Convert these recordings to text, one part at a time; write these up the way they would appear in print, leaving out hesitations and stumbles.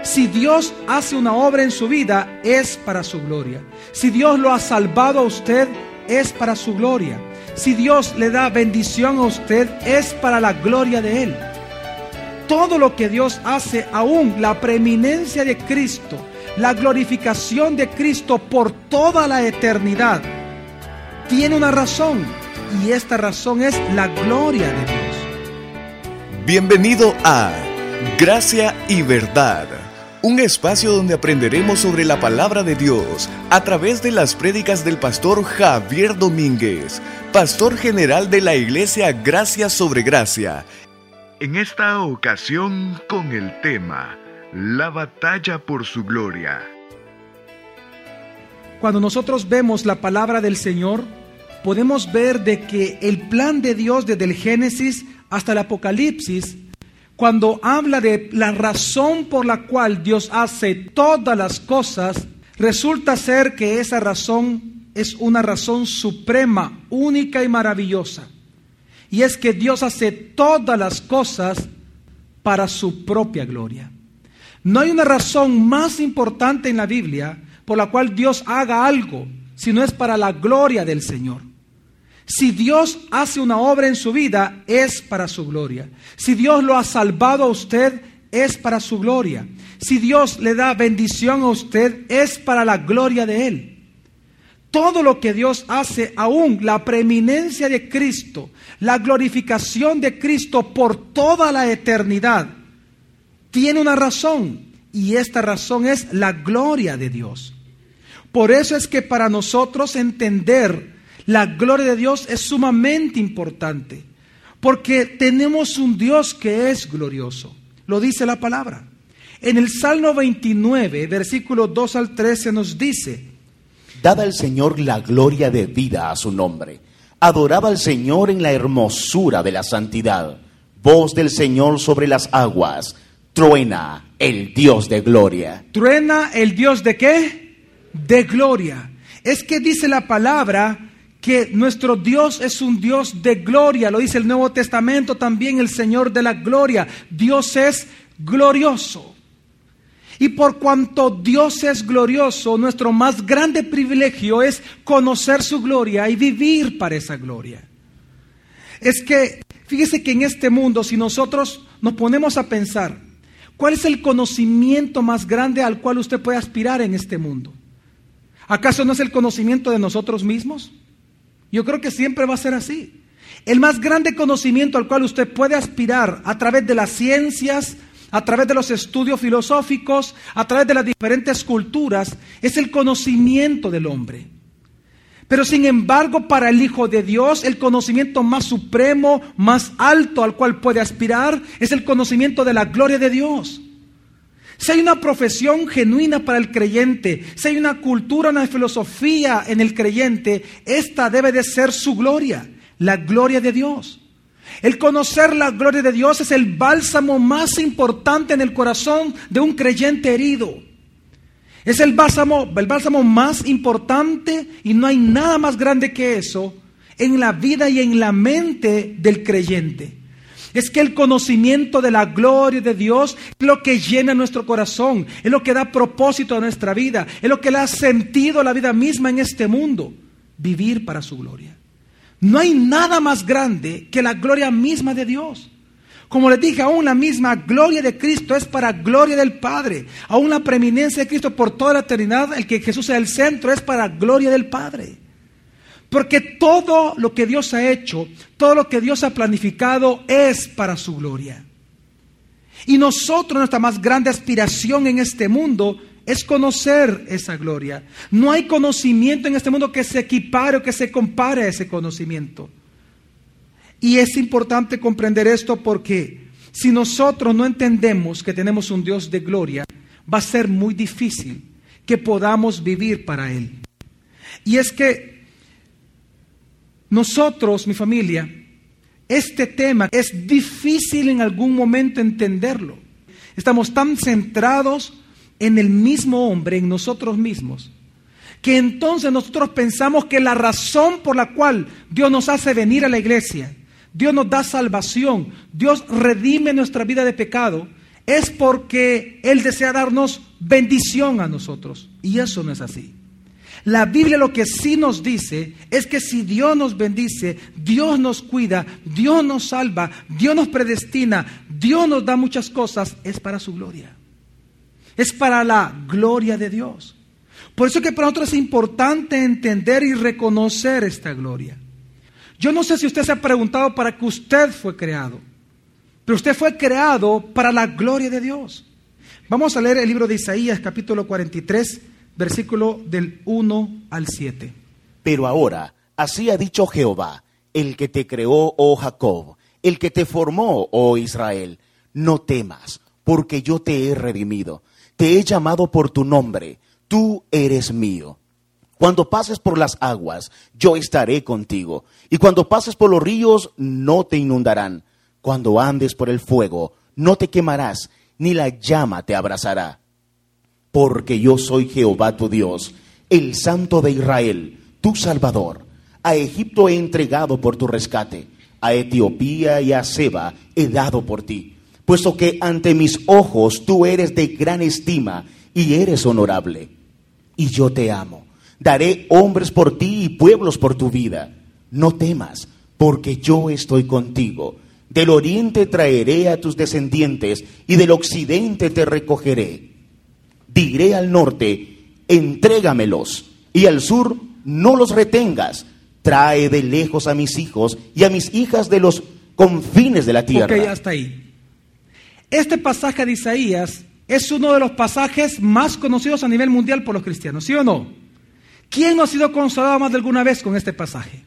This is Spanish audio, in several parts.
Si Dios hace una obra en su vida, es para su gloria. Si Dios lo ha salvado a usted, es para su gloria. Si Dios le da bendición a usted, es para la gloria de Él. Todo lo que Dios hace, aún la preeminencia de Cristo, la glorificación de Cristo por toda la eternidad, tiene una razón, y esta razón es la gloria de Dios. Bienvenido a Gracia y Verdad, un espacio donde aprenderemos sobre la palabra de Dios a través de las prédicas del pastor Javier Domínguez, pastor general de la iglesia Gracia sobre Gracia. En esta ocasión con el tema, la batalla por su gloria. Cuando nosotros vemos la palabra del Señor, podemos ver de que el plan de Dios desde el Génesis hasta el Apocalipsis, cuando habla de la razón por la cual Dios hace todas las cosas, resulta ser que esa razón es una razón suprema, única y maravillosa. Y es que Dios hace todas las cosas para su propia gloria. No hay una razón más importante en la Biblia por la cual Dios haga algo, sino es para la gloria del Señor. Si Dios hace una obra en su vida, es para su gloria. Si Dios lo ha salvado a usted, es para su gloria. Si Dios le da bendición a usted, es para la gloria de Él. Todo lo que Dios hace, aún la preeminencia de Cristo, la glorificación de Cristo por toda la eternidad, tiene una razón, y esta razón es la gloria de Dios. Por eso es que para nosotros entender la gloria de Dios es sumamente importante, porque tenemos un Dios que es glorioso. Lo dice la palabra. En el Salmo 29, versículos 2 al 13 nos dice: Dad al Señor la gloria de vida a su nombre. Adorad al Señor en la hermosura de la santidad. Voz del Señor sobre las aguas. Truena el Dios de gloria. ¿Truena el Dios de qué? De gloria. Es que dice la palabra que nuestro Dios es un Dios de gloria. Lo dice el Nuevo Testamento también, el Señor de la gloria. Dios es glorioso. Y por cuanto Dios es glorioso, nuestro más grande privilegio es conocer su gloria y vivir para esa gloria. Es que, fíjese que en este mundo, si nosotros nos ponemos a pensar, ¿cuál es el conocimiento más grande al cual usted puede aspirar en este mundo? ¿Acaso no es el conocimiento de nosotros mismos? Yo creo que siempre va a ser así. El más grande conocimiento al cual usted puede aspirar a través de las ciencias, a través de los estudios filosóficos, a través de las diferentes culturas, es el conocimiento del hombre. Pero sin embargo, para el Hijo de Dios, el conocimiento más supremo, más alto al cual puede aspirar, es el conocimiento de la gloria de Dios. Si hay una profesión genuina para el creyente, si hay una cultura, una filosofía en el creyente, esta debe de ser su gloria, la gloria de Dios. El conocer la gloria de Dios es el bálsamo más importante en el corazón de un creyente herido. Es el bálsamo más importante, y no hay nada más grande que eso en la vida y en la mente del creyente. Es que el conocimiento de la gloria de Dios es lo que llena nuestro corazón, es lo que da propósito a nuestra vida, es lo que le da sentido a la vida misma en este mundo, vivir para su gloria. No hay nada más grande que la gloria misma de Dios. Como les dije, aún la misma gloria de Cristo es para gloria del Padre. Aún la preeminencia de Cristo por toda la eternidad, el que Jesús sea el centro, es para gloria del Padre. Porque todo lo que Dios ha hecho, todo lo que Dios ha planificado es para su gloria. Y nosotros, nuestra más grande aspiración en este mundo es conocer esa gloria. No hay conocimiento en este mundo que se equipare o que se compare a ese conocimiento. Y es importante comprender esto porque si nosotros no entendemos que tenemos un Dios de gloria, va a ser muy difícil que podamos vivir para Él. Y es que nosotros, mi familia, este tema es difícil en algún momento entenderlo. Estamos tan centrados en el mismo hombre, en nosotros mismos, que entonces nosotros pensamos que la razón por la cual Dios nos hace venir a la iglesia, Dios nos da salvación, Dios redime nuestra vida de pecado, es porque Él desea darnos bendición a nosotros. Y eso no es así. La Biblia lo que sí nos dice es que si Dios nos bendice, Dios nos cuida, Dios nos salva, Dios nos predestina, Dios nos da muchas cosas, es para su gloria. Es para la gloria de Dios. Por eso es que para nosotros es importante entender y reconocer esta gloria. Yo no sé si usted se ha preguntado para qué usted fue creado, pero usted fue creado para la gloria de Dios. Vamos a leer el libro de Isaías, capítulo 43, versículo del 1 al 7. Pero ahora, así ha dicho Jehová, el que te creó, oh Jacob, el que te formó, oh Israel, no temas, porque yo te he redimido, te he llamado por tu nombre, tú eres mío. Cuando pases por las aguas, yo estaré contigo, y cuando pases por los ríos, no te inundarán. Cuando andes por el fuego, no te quemarás, ni la llama te abrasará. Porque yo soy Jehová tu Dios, el Santo de Israel, tu Salvador. A Egipto he entregado por tu rescate, a Etiopía y a Seba he dado por ti, puesto que ante mis ojos tú eres de gran estima y eres honorable. Y yo te amo. Daré hombres por ti y pueblos por tu vida. No temas, porque yo estoy contigo. Del oriente traeré a tus descendientes y del occidente te recogeré. Diré al norte, entrégamelos, y al sur, no los retengas. Trae de lejos a mis hijos y a mis hijas de los confines de la tierra. Ok, hasta ahí. Este pasaje de Isaías es uno de los pasajes más conocidos a nivel mundial por los cristianos, ¿sí o no? ¿Quién no ha sido consolado más de alguna vez con este pasaje?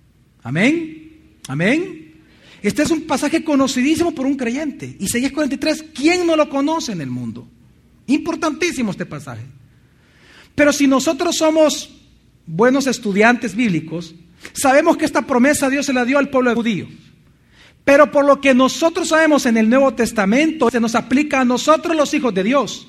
Amén. Amén. Este es un pasaje conocidísimo por un creyente. Isaías 43, ¿quién no lo conoce en el mundo? Importantísimo este pasaje. Pero si nosotros somos buenos estudiantes bíblicos, sabemos que esta promesa Dios se la dio al pueblo judío. Pero por lo que nosotros sabemos en el Nuevo Testamento, se nos aplica a nosotros los hijos de Dios.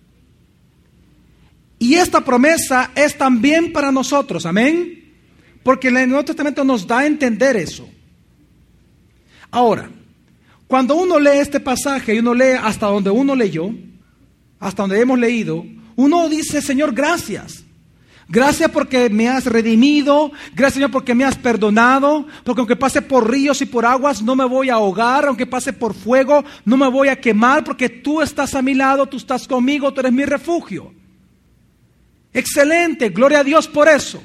Y esta promesa es también para nosotros, amén. Porque el Nuevo Testamento nos da a entender eso. Ahora, cuando uno lee este pasaje y uno lee hasta donde uno leyó, hasta donde hemos leído, uno dice, Señor, gracias. Gracias porque me has redimido, gracias Señor porque me has perdonado, porque aunque pase por ríos y por aguas no me voy a ahogar, aunque pase por fuego no me voy a quemar, porque tú estás a mi lado, tú estás conmigo, tú eres mi refugio. Excelente, gloria a Dios por eso.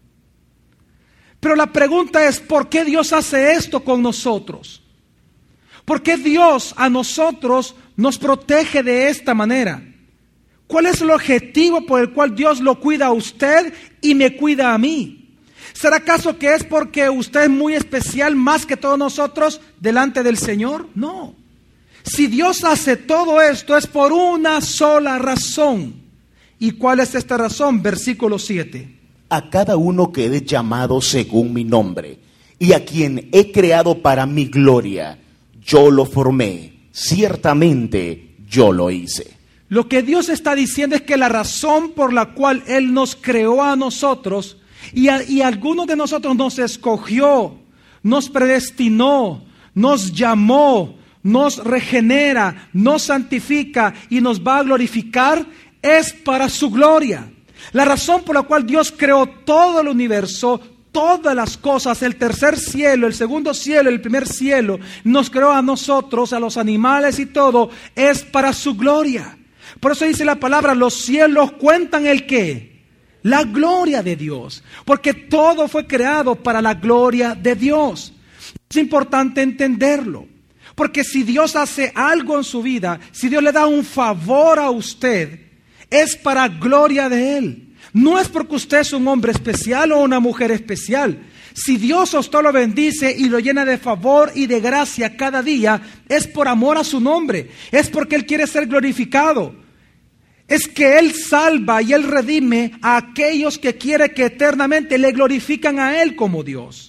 Pero la pregunta es, ¿por qué Dios hace esto con nosotros? ¿Por qué Dios a nosotros nos protege de esta manera? ¿Cuál es el objetivo por el cual Dios lo cuida a usted y me cuida a mí? ¿Será acaso que es porque usted es muy especial más que todos nosotros delante del Señor? No. Si Dios hace todo esto es por una sola razón. ¿Y cuál es esta razón? Versículo 7. A cada uno que he llamado según mi nombre, y a quien he creado para mi gloria, yo lo formé, ciertamente yo lo hice. Lo que Dios está diciendo es que la razón por la cual Él nos creó a nosotros y algunos de nosotros nos escogió, nos predestinó, nos llamó, nos regenera, nos santifica y nos va a glorificar es para su gloria. La razón por la cual Dios creó todo el universo, todas las cosas, el tercer cielo, el segundo cielo, el primer cielo, nos creó a nosotros, a los animales y todo, es para su gloria. Por eso dice la palabra, los cielos cuentan el ¿qué? La gloria de Dios. Porque todo fue creado para la gloria de Dios. Es importante entenderlo. Porque si Dios hace algo en su vida, si Dios le da un favor a usted, es para gloria de Él. No es porque usted es un hombre especial o una mujer especial. Si Dios a usted lo bendice y lo llena de favor y de gracia cada día, es por amor a su nombre. Es porque Él quiere ser glorificado. Es que Él salva y Él redime a aquellos que quiere que eternamente le glorifican a Él como Dios.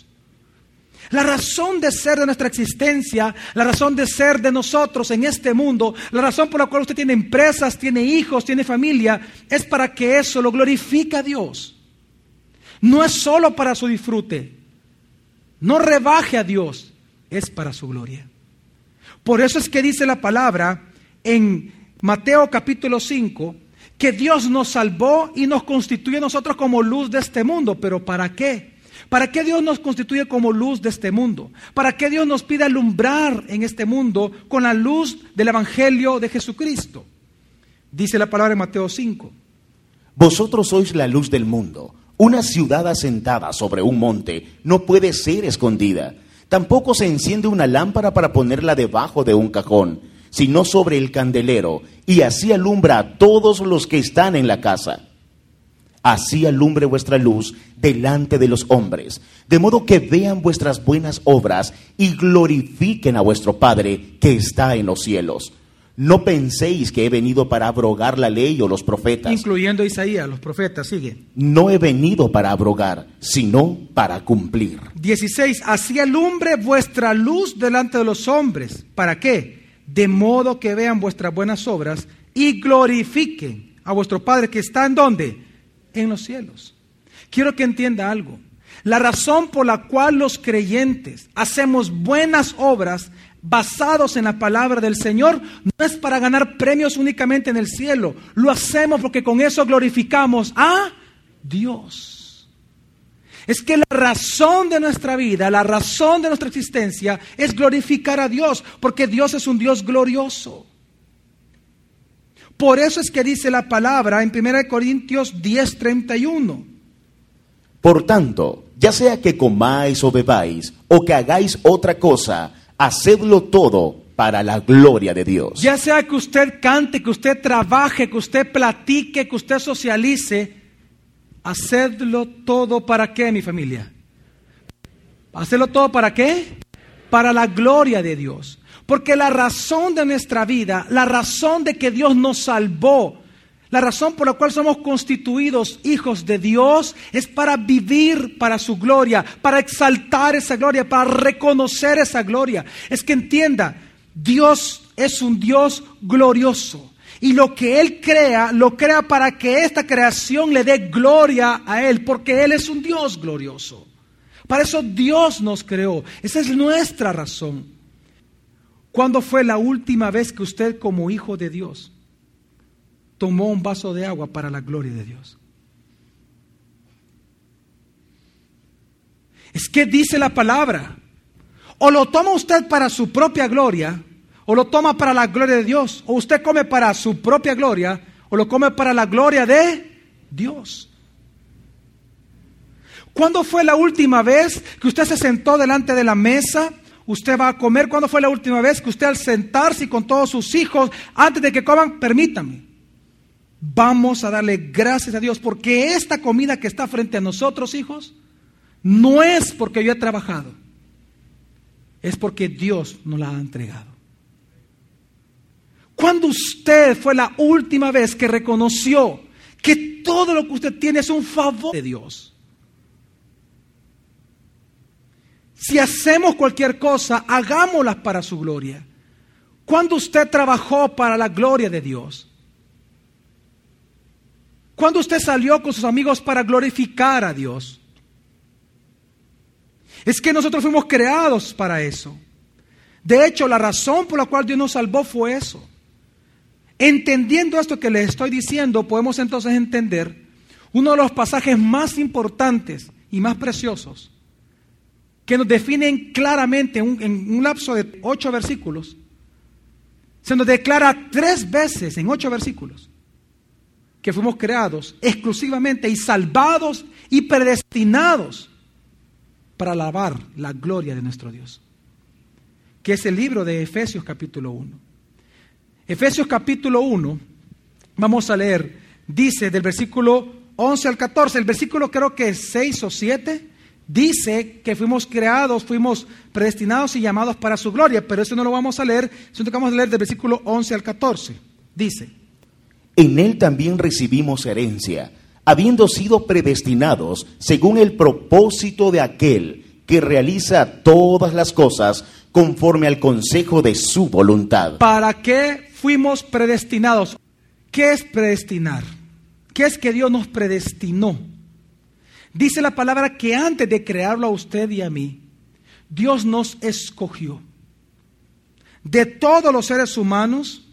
La razón de ser de nuestra existencia, la razón de ser de nosotros en este mundo, la razón por la cual usted tiene empresas, tiene hijos, tiene familia, es para que eso lo glorifique a Dios. No es solo para su disfrute. No rebaje a Dios, es para su gloria. Por eso es que dice la palabra en Mateo capítulo 5, que Dios nos salvó y nos constituye a nosotros como luz de este mundo. ¿Pero para qué? ¿Para qué Dios nos constituye como luz de este mundo? ¿Para qué Dios nos pide alumbrar en este mundo con la luz del Evangelio de Jesucristo? Dice la palabra en Mateo 5. Vosotros sois la luz del mundo. Una ciudad asentada sobre un monte no puede ser escondida. Tampoco se enciende una lámpara para ponerla debajo de un cajón, sino sobre el candelero, y así alumbra a todos los que están en la casa. Así alumbre vuestra luz delante de los hombres, de modo que vean vuestras buenas obras y glorifiquen a vuestro Padre que está en los cielos. No penséis que he venido para abrogar la ley o los profetas. Incluyendo Isaías, los profetas, sigue. No he venido para abrogar, sino para cumplir. 16. Así alumbre vuestra luz delante de los hombres. ¿Para qué? De modo que vean vuestras buenas obras y glorifiquen a vuestro Padre que está ¿en dónde? En los cielos. Quiero que entienda algo. La razón por la cual los creyentes hacemos buenas obras basados en la palabra del Señor no es para ganar premios únicamente en el cielo. Lo hacemos porque con eso glorificamos a Dios. Es que la razón de nuestra vida, la razón de nuestra existencia es glorificar a Dios, porque Dios es un Dios glorioso. Por eso es que dice la palabra en 1 Corintios 10:31. Por tanto, ya sea que comáis o bebáis, o que hagáis otra cosa, hacedlo todo para la gloria de Dios. Ya sea que usted cante, que usted trabaje, que usted platique, que usted socialice, hacedlo todo ¿para qué, mi familia? ¿Hacerlo todo para qué? Para la gloria de Dios. Porque la razón de nuestra vida, la razón de que Dios nos salvó, la razón por la cual somos constituidos hijos de Dios es para vivir para su gloria, para exaltar esa gloria, para reconocer esa gloria. Es que entienda, Dios es un Dios glorioso. Y lo que Él crea, lo crea para que esta creación le dé gloria a Él, porque Él es un Dios glorioso. Para eso Dios nos creó. Esa es nuestra razón. ¿Cuándo fue la última vez que usted como hijo de Dios tomó un vaso de agua para la gloria de Dios? Es que dice la palabra, o lo toma usted para su propia gloria, o lo toma para la gloria de Dios, o usted come para su propia gloria, o lo come para la gloria de Dios. ¿Cuándo fue la última vez que usted se sentó delante de la mesa? Usted va a comer. ¿Cuándo fue la última vez que usted al sentarse con todos sus hijos, antes de que coman, permítame, vamos a darle gracias a Dios, porque esta comida que está frente a nosotros, hijos, no es porque yo he trabajado, es porque Dios nos la ha entregado. ¿Cuándo usted fue la última vez que reconoció que todo lo que usted tiene es un favor de Dios? Si hacemos cualquier cosa, hagámoslas para su gloria. ¿Cuándo usted trabajó para la gloria de Dios? ¿Cuándo usted salió con sus amigos para glorificar a Dios? Es que nosotros fuimos creados para eso. De hecho, la razón por la cual Dios nos salvó fue eso. Entendiendo esto que les estoy diciendo, podemos entonces entender uno de los pasajes más importantes y más preciosos que nos definen claramente en un lapso de 8 versículos. Se nos declara 3 veces en 8 versículos que fuimos creados exclusivamente y salvados y predestinados para alabar la gloria de nuestro Dios, que es el libro de Efesios capítulo 1. Efesios capítulo 1, vamos a leer, dice del versículo 11 al 14, el versículo creo que es 6 o 7, dice que fuimos creados, fuimos predestinados y llamados para su gloria, pero eso no lo vamos a leer, sino que vamos a leer del versículo 11 al 14. Dice: en Él también recibimos herencia, habiendo sido predestinados según el propósito de aquel que realiza todas las cosas conforme al consejo de su voluntad. ¿Para qué fuimos predestinados? ¿Qué es predestinar? ¿Qué es que Dios nos predestinó? Dice la palabra que antes de crearlo a usted y a mí, Dios nos escogió. De todos los seres humanos,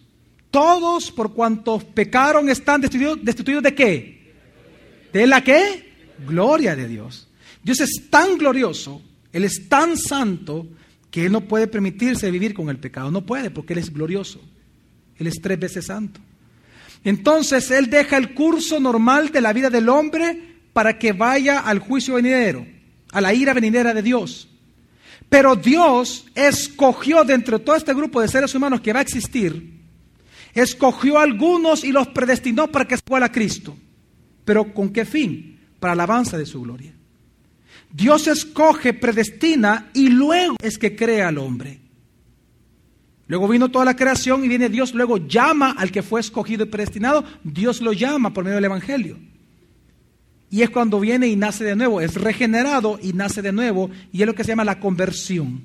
Todos por cuantos pecaron están destituidos ¿de qué? ¿De la qué? Gloria de Dios. Dios es tan glorioso, Él es tan santo, que Él no puede permitirse vivir con el pecado. No puede, porque Él es glorioso. Él es 3 veces santo. Entonces Él deja el curso normal de la vida del hombre para que vaya al juicio venidero, a la ira venidera de Dios. Pero Dios escogió dentro de todo este grupo de seres humanos que va a existir, escogió a algunos y los predestinó para que se fuera a Cristo. ¿Pero con qué fin? Para alabanza de su gloria. Dios escoge, predestina y luego es que crea al hombre. Luego vino toda la creación y viene Dios, luego llama al que fue escogido y predestinado. Dios lo llama por medio del Evangelio. Y es cuando viene y nace de nuevo, es regenerado y nace de nuevo, y es lo que se llama la conversión.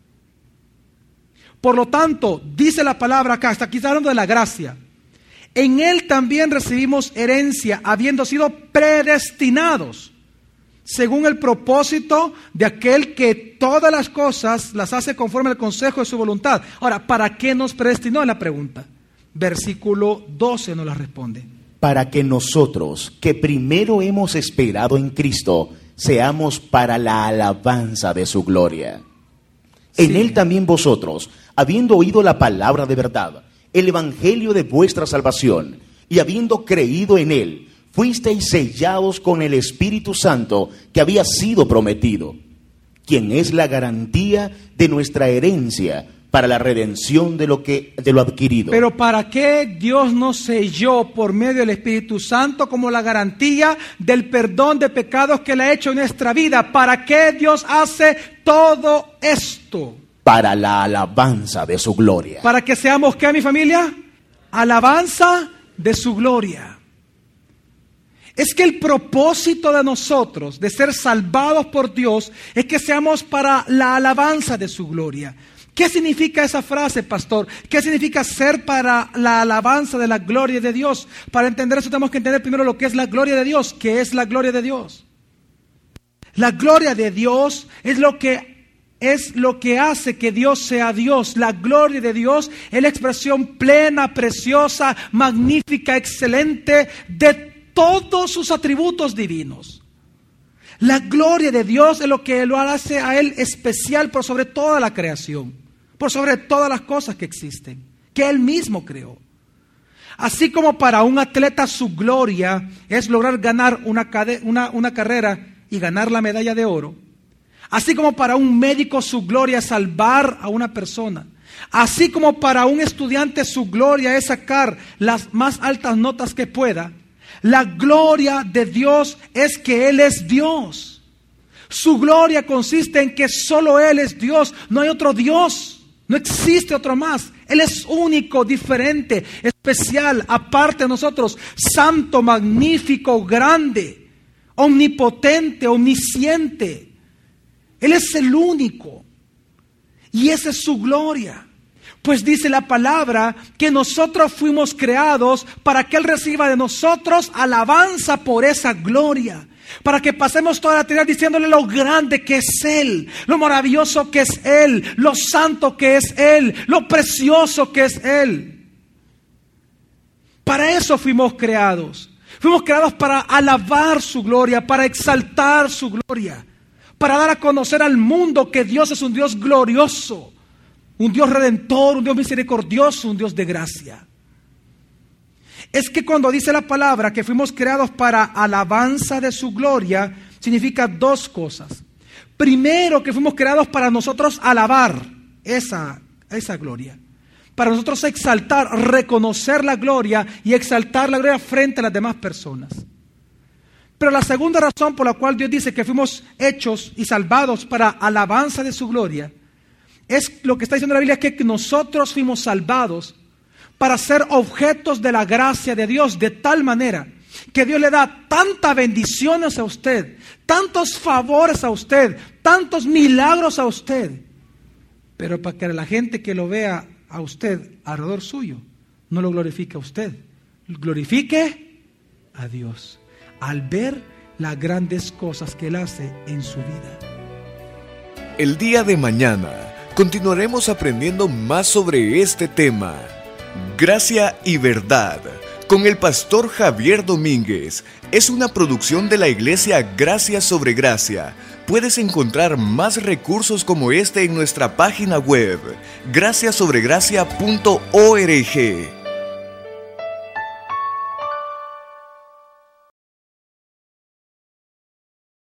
Por lo tanto, dice la palabra acá, está aquí hablando de la gracia. En Él también recibimos herencia, habiendo sido predestinados, según el propósito de aquel que todas las cosas las hace conforme al consejo de su voluntad. Ahora, ¿para qué nos predestinó? Es la pregunta. Versículo 12 nos la responde. Para que nosotros, que primero hemos esperado en Cristo, seamos para la alabanza de su gloria. Sí. En Él también vosotros, habiendo oído la palabra de verdad, el evangelio de vuestra salvación, y habiendo creído en Él, fuisteis sellados con el Espíritu Santo que había sido prometido, quien es la garantía de nuestra herencia para la redención de lo adquirido. Pero ¿para qué Dios nos selló por medio del Espíritu Santo como la garantía del perdón de pecados que Él ha hecho en nuestra vida? ¿Para qué Dios hace todo esto? Para la alabanza de su gloria. ¿Para que seamos qué, mi familia? Alabanza de su gloria. Es que el propósito de nosotros, de ser salvados por Dios, es que seamos para la alabanza de su gloria. ¿Qué significa esa frase, pastor? ¿Qué significa ser para la alabanza de la gloria de Dios? Para entender eso tenemos que entender primero lo que es la gloria de Dios. ¿Qué es la gloria de Dios? La gloria de Dios es lo que hace que Dios sea Dios. La gloria de Dios es la expresión plena, preciosa, magnífica, excelente de todos sus atributos divinos. La gloria de Dios es lo que lo hace a Él especial por sobre toda la creación, por sobre todas las cosas que existen, que Él mismo creó. Así como para un atleta su gloria es lograr ganar una carrera y ganar la medalla de oro, así como para un médico su gloria es salvar a una persona, así como para un estudiante su gloria es sacar las más altas notas que pueda, la gloria de Dios es que Él es Dios. Su gloria consiste en que solo Él es Dios, no hay otro Dios, no existe otro más. Él es único, diferente, especial, aparte de nosotros, santo, magnífico, grande, omnipotente, omnisciente. Él es el único y esa es su gloria. Pues dice la palabra que nosotros fuimos creados para que Él reciba de nosotros alabanza por esa gloria. Para que pasemos toda la eternidad diciéndole lo grande que es Él, lo maravilloso que es Él, lo santo que es Él, lo precioso que es Él. Para eso fuimos creados. Fuimos creados para alabar su gloria, para exaltar su gloria, para dar a conocer al mundo que Dios es un Dios glorioso. Un Dios redentor, un Dios misericordioso, un Dios de gracia. Es que cuando dice la palabra que fuimos creados para alabanza de su gloria, significa dos cosas. Primero, que fuimos creados para nosotros alabar esa gloria. Para nosotros exaltar, reconocer la gloria y exaltar la gloria frente a las demás personas. Pero la segunda razón por la cual Dios dice que fuimos hechos y salvados para alabanza de su gloria, es lo que está diciendo la Biblia, que nosotros fuimos salvados para ser objetos de la gracia de Dios, de tal manera que Dios le da tantas bendiciones a usted, tantos favores a usted, tantos milagros a usted, pero para que la gente que lo vea a usted alrededor suyo no lo glorifique a usted, glorifique a Dios al ver las grandes cosas que Él hace en su vida. El día de mañana continuaremos aprendiendo más sobre este tema. Gracia y Verdad, con el pastor Javier Domínguez, es una producción de la iglesia Gracia sobre Gracia. Puedes encontrar más recursos como este en nuestra página web, graciasobregracia.org.